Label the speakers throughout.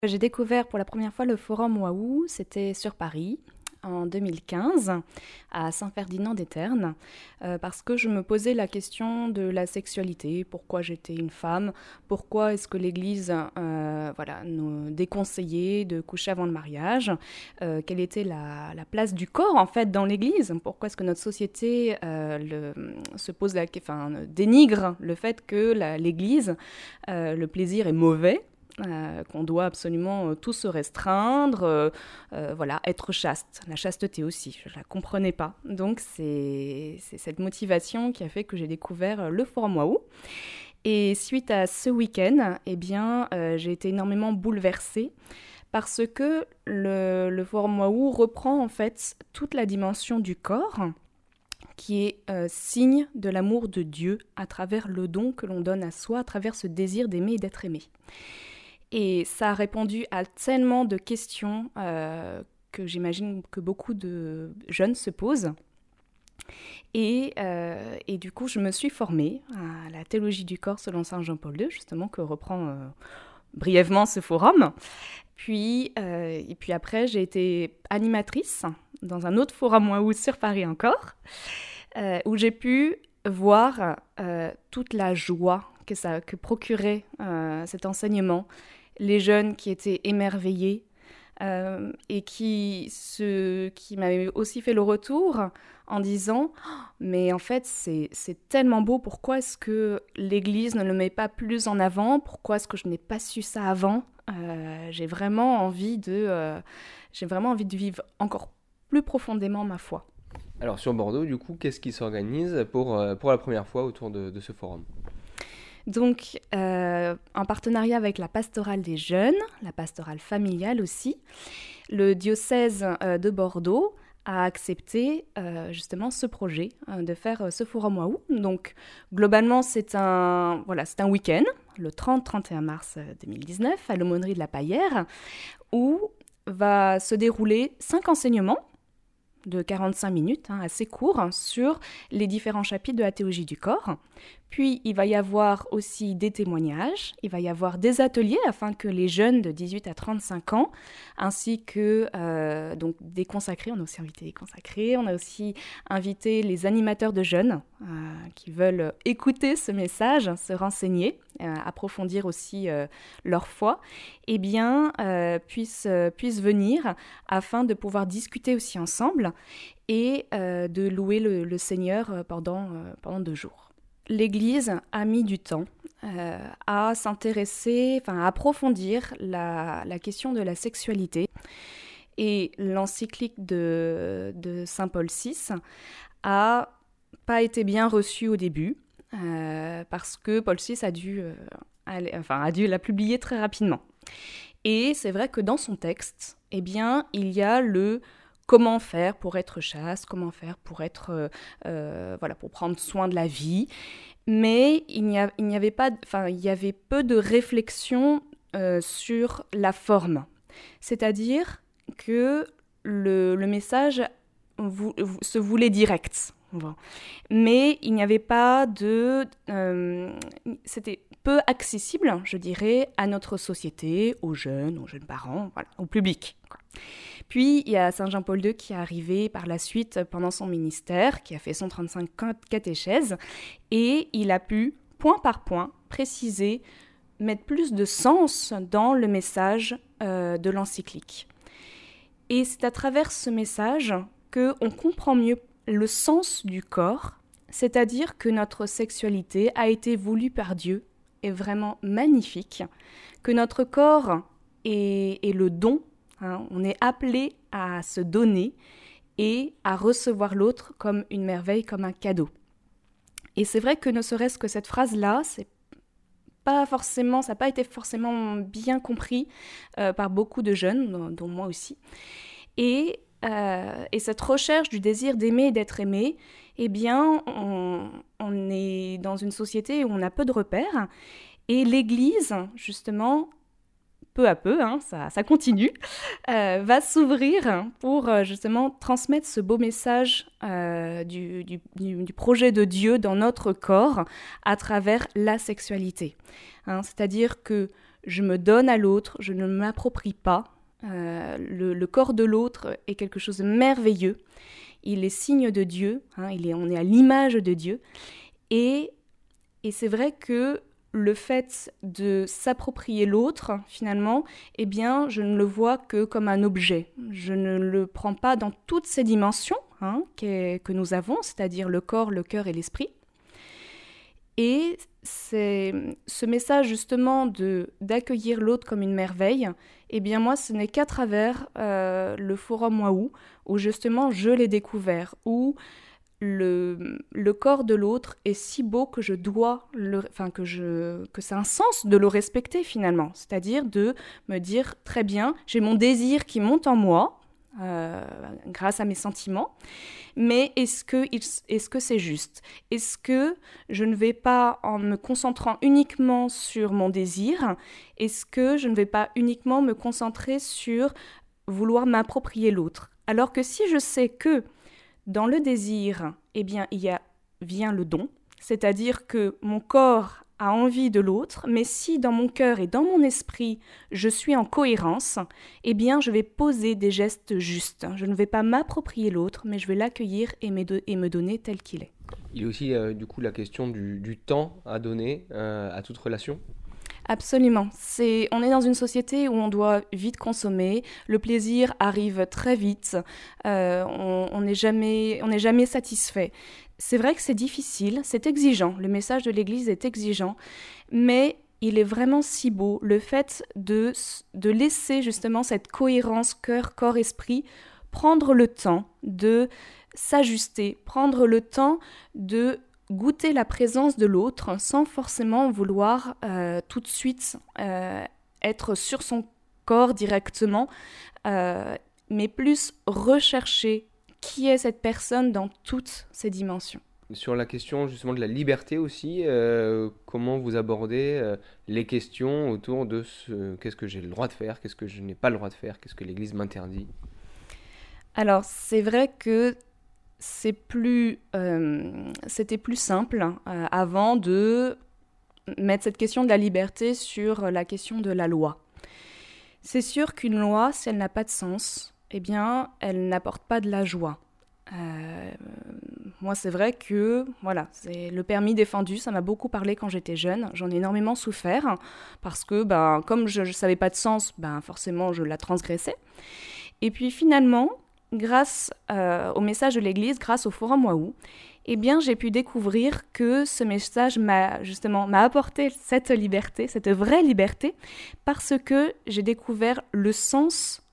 Speaker 1: J'ai découvert pour la première fois le Forum Waouh, c'était sur Paris en 2015 à Saint-Ferdinand-des-Ternes parce que je me posais la question de la sexualité, pourquoi j'étais une femme, pourquoi est-ce que l'Église nous déconseillait de coucher avant le mariage, quelle était la place du corps en fait dans l'Église, pourquoi est-ce que notre société dénigre le fait que l'Église, le plaisir est mauvais. Qu'on doit absolument tous se restreindre, être chaste. La chasteté aussi, je ne la comprenais pas. Donc c'est cette motivation qui a fait que j'ai découvert le Forum Waouh. Et suite à ce week-end, j'ai été énormément bouleversée parce que le Forum Waouh reprend en fait toute la dimension du corps qui est signe de l'amour de Dieu à travers le don que l'on donne à soi, à travers ce désir d'aimer et d'être aimé. Et ça a répondu à tellement de questions que j'imagine que beaucoup de jeunes se posent. Et du coup, je me suis formée à la théologie du corps selon Saint Jean-Paul II, justement, que reprend brièvement ce forum. Et puis après, j'ai été animatrice dans un autre forum Waouh sur Paris encore, où j'ai pu voir toute la joie que procurait cet enseignement, les jeunes qui étaient émerveillés et qui m'avaient aussi fait le retour en disant « Mais en fait, c'est tellement beau, pourquoi est-ce que l'Église ne le met pas plus en avant? Pourquoi est-ce que je n'ai pas su ça avant ?» J'ai vraiment envie de vivre encore plus profondément ma foi.
Speaker 2: Alors sur Bordeaux, du coup, qu'est-ce qui s'organise pour la première fois autour de ce forum?
Speaker 1: Donc, en partenariat avec la pastorale des jeunes, la pastorale familiale aussi, le diocèse de Bordeaux a accepté justement ce projet de faire ce Forum Waouh. Donc, globalement, c'est un week-end, le 30-31 mars 2019, à l'aumônerie de la Paillère, où va se dérouler 5 enseignements de 45 minutes, assez court, sur les différents chapitres de la théologie du corps. Puis, il va y avoir aussi des témoignages, il va y avoir des ateliers afin que les jeunes de 18 à 35 ans, ainsi que donc des consacrés, on a aussi invité des consacrés, on a aussi invité les animateurs de jeunes qui veulent écouter ce message, se renseigner, approfondir aussi leur foi, puissent venir afin de pouvoir discuter aussi ensemble et de louer le Seigneur pendant 2 jours. L'Église a mis du temps à s'intéresser, à approfondir la question de la sexualité. Et l'encyclique de Saint Paul VI a pas été bien reçue au début, parce que Paul VI a dû la publier très rapidement. Et c'est vrai que dans son texte, il y a le comment faire pour être chaste, comment faire pour être, pour prendre soin de la vie. Mais il y avait peu de réflexion sur la forme. C'est-à-dire que le message se voulait direct. Bon. Mais il n'y avait pas c'était peu accessible, je dirais, à notre société, aux jeunes parents, au public. Puis, il y a Saint Jean-Paul II qui est arrivé par la suite pendant son ministère, qui a fait 135 catéchèses, et il a pu, point par point, préciser, mettre plus de sens dans le message de l'encyclique. Et c'est à travers ce message qu'on comprend mieux le sens du corps, c'est-à-dire que notre sexualité a été voulue par Dieu, est vraiment magnifique, que notre corps est le don. On est appelé à se donner et à recevoir l'autre comme une merveille, comme un cadeau. Et c'est vrai que ne serait-ce que cette phrase-là, ça n'a pas été forcément bien compris par beaucoup de jeunes, dont moi aussi. Et cette recherche du désir d'aimer et d'être aimé, on est dans une société où on a peu de repères. Et l'Église, justement, peu à peu, ça continue, va s'ouvrir pour justement transmettre ce beau message du projet de Dieu dans notre corps à travers la sexualité. C'est-à-dire que je me donne à l'autre, je ne m'approprie pas. Le corps de l'autre est quelque chose de merveilleux. Il est signe de Dieu, on est à l'image de Dieu. Et c'est vrai que le fait de s'approprier l'autre, finalement, eh bien, je ne le vois que comme un objet. Je ne le prends pas dans toutes ces dimensions que nous avons, c'est-à-dire le corps, le cœur et l'esprit. Et c'est ce message justement d'accueillir l'autre comme une merveille, eh bien moi ce n'est qu'à travers le Forum Waouh, où justement je l'ai découvert, où le corps de l'autre est si beau que que c'est un sens de le respecter finalement, c'est-à-dire de me dire très bien, j'ai mon désir qui monte en moi, grâce à mes sentiments, mais est-ce que c'est juste? Est-ce que je ne vais pas, en me concentrant uniquement sur mon désir, est-ce que je ne vais pas uniquement me concentrer sur vouloir m'approprier l'autre? Alors que si je sais que dans le désir, eh bien, vient le don, c'est-à-dire que mon corps a envie de l'autre, mais si dans mon cœur et dans mon esprit, je suis en cohérence, eh bien, je vais poser des gestes justes. Je ne vais pas m'approprier l'autre, mais je vais l'accueillir et me donner tel qu'il est.
Speaker 2: Il y a aussi du coup la question du temps à donner à toute relation.
Speaker 1: Absolument. On est dans une société où on doit vite consommer, le plaisir arrive très vite, on n'est jamais satisfait. C'est vrai que c'est difficile, c'est exigeant, le message de l'Église est exigeant, mais il est vraiment si beau, le fait de laisser justement cette cohérence cœur, corps, esprit, prendre le temps de s'ajuster, prendre le temps de goûter la présence de l'autre sans forcément vouloir tout de suite être sur son corps directement, mais plus rechercher qui est cette personne dans toutes ses dimensions.
Speaker 2: Sur la question justement de la liberté aussi, comment vous abordez les questions autour de qu'est-ce que j'ai le droit de faire, qu'est-ce que je n'ai pas le droit de faire, qu'est-ce que l'Église m'interdit?
Speaker 1: Alors c'est vrai que c'était plus simple avant de mettre cette question de la liberté sur la question de la loi. C'est sûr qu'une loi, si elle n'a pas de sens, eh bien, elle n'apporte pas de la joie. Moi, c'est vrai que c'est le permis défendu, ça m'a beaucoup parlé quand j'étais jeune. J'en ai énormément souffert parce que, comme je ne savais pas de sens, forcément, je la transgressais. Et puis finalement, grâce au message de l'Église, grâce au Forum Waouh, eh bien, j'ai pu découvrir que ce message m'a apporté cette liberté, cette vraie liberté, parce que j'ai découvert le sens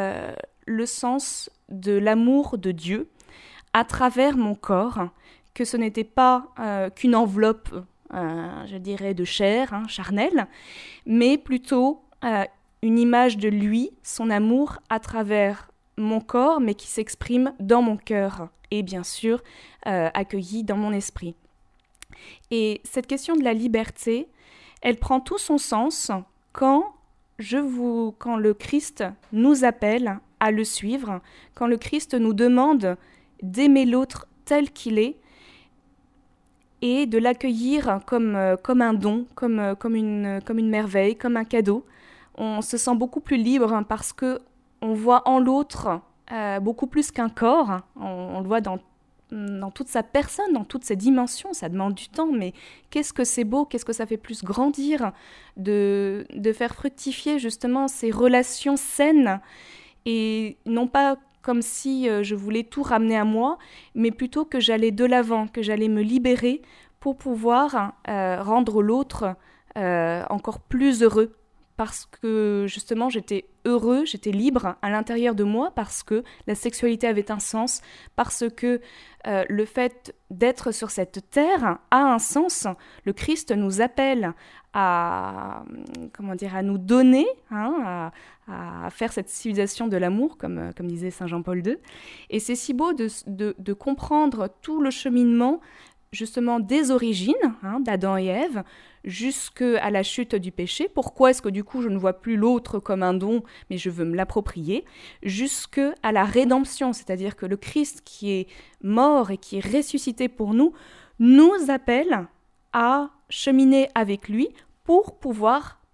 Speaker 1: de l'amour de Dieu à travers mon corps, que ce n'était pas qu'une enveloppe, je dirais, de chair, charnelle, mais plutôt une image de lui, son amour à travers mon corps, mais qui s'exprime dans mon cœur et bien sûr accueilli dans mon esprit. Et cette question de la liberté, elle prend tout son sens quand le Christ nous appelle à le suivre, quand le Christ nous demande d'aimer l'autre tel qu'il est et de l'accueillir comme un don, comme une merveille, comme un cadeau. On se sent beaucoup plus libre parce que on voit en l'autre beaucoup plus qu'un corps. On le voit dans toute sa personne, dans toutes ses dimensions. Ça demande du temps, mais qu'est-ce que c'est beau, qu'est-ce que ça fait plus grandir de faire fructifier justement ces relations saines et non pas comme si je voulais tout ramener à moi, mais plutôt que j'allais de l'avant, que j'allais me libérer pour pouvoir rendre l'autre encore plus heureux. Parce que justement j'étais heureux, j'étais libre à l'intérieur de moi, parce que la sexualité avait un sens, parce que le fait d'être sur cette terre a un sens. Le Christ nous appelle à nous donner, à faire cette civilisation de l'amour, comme disait Saint Jean-Paul II. Et c'est si beau de comprendre tout le cheminement justement des origines d'Adam et Ève jusqu'à la chute du péché. Pourquoi est-ce que du coup je ne vois plus l'autre comme un don, mais je veux me l'approprier, jusqu'à la rédemption, c'est-à-dire que le Christ qui est mort et qui est ressuscité pour nous appelle à cheminer avec lui pour pouvoir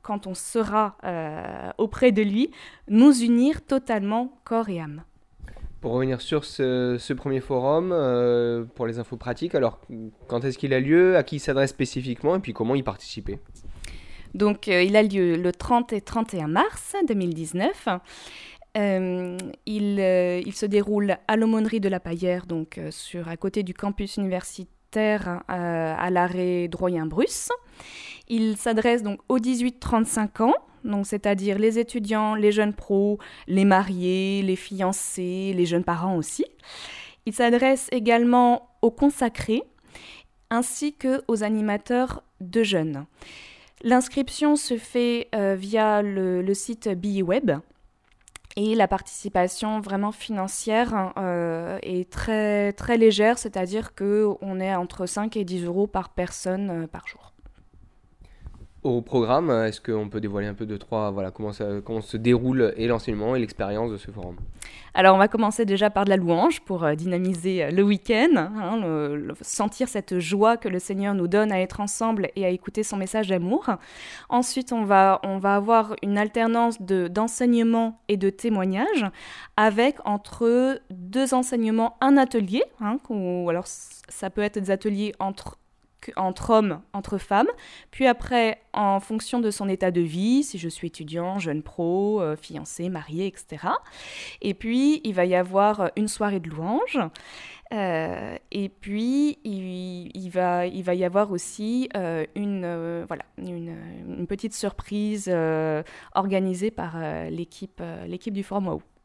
Speaker 1: quand on sera auprès de lui, nous unir totalement corps et âme.
Speaker 2: Pour revenir sur ce premier forum, pour les infos pratiques, alors quand est-ce qu'il a lieu, à qui il s'adresse spécifiquement et puis comment y participer?
Speaker 1: Donc, il a lieu le 30 et 31 mars 2019. Il se déroule à l'aumônerie de la Paillère, donc à côté du campus universitaire à l'arrêt Droyen-Brusse. Il s'adresse donc aux 18-35 ans, donc c'est-à-dire les étudiants, les jeunes pros, les mariés, les fiancés, les jeunes parents aussi. Il s'adresse également aux consacrés, ainsi qu'aux animateurs de jeunes. L'inscription se fait via le site BiWeb et la participation vraiment financière est très, très légère, c'est-à-dire qu'on est entre 5 et 10 euros par personne par jour.
Speaker 2: Au programme, est-ce qu'on peut dévoiler un peu voilà, comment se déroule et l'enseignement et l'expérience de ce forum?
Speaker 1: Alors, on va commencer déjà par de la louange pour dynamiser le week-end, sentir cette joie que le Seigneur nous donne à être ensemble et à écouter son message d'amour. Ensuite, on va avoir une alternance d'enseignement et de témoignage avec entre 2 enseignements, un atelier, ou alors ça peut être des ateliers entre hommes, entre femmes, puis après, en fonction de son état de vie, si je suis étudiant, jeune pro, fiancé, marié, etc. Et puis, il va y avoir une soirée de louange, et puis il va y avoir aussi une petite surprise organisée par l'équipe du Forum Waouh.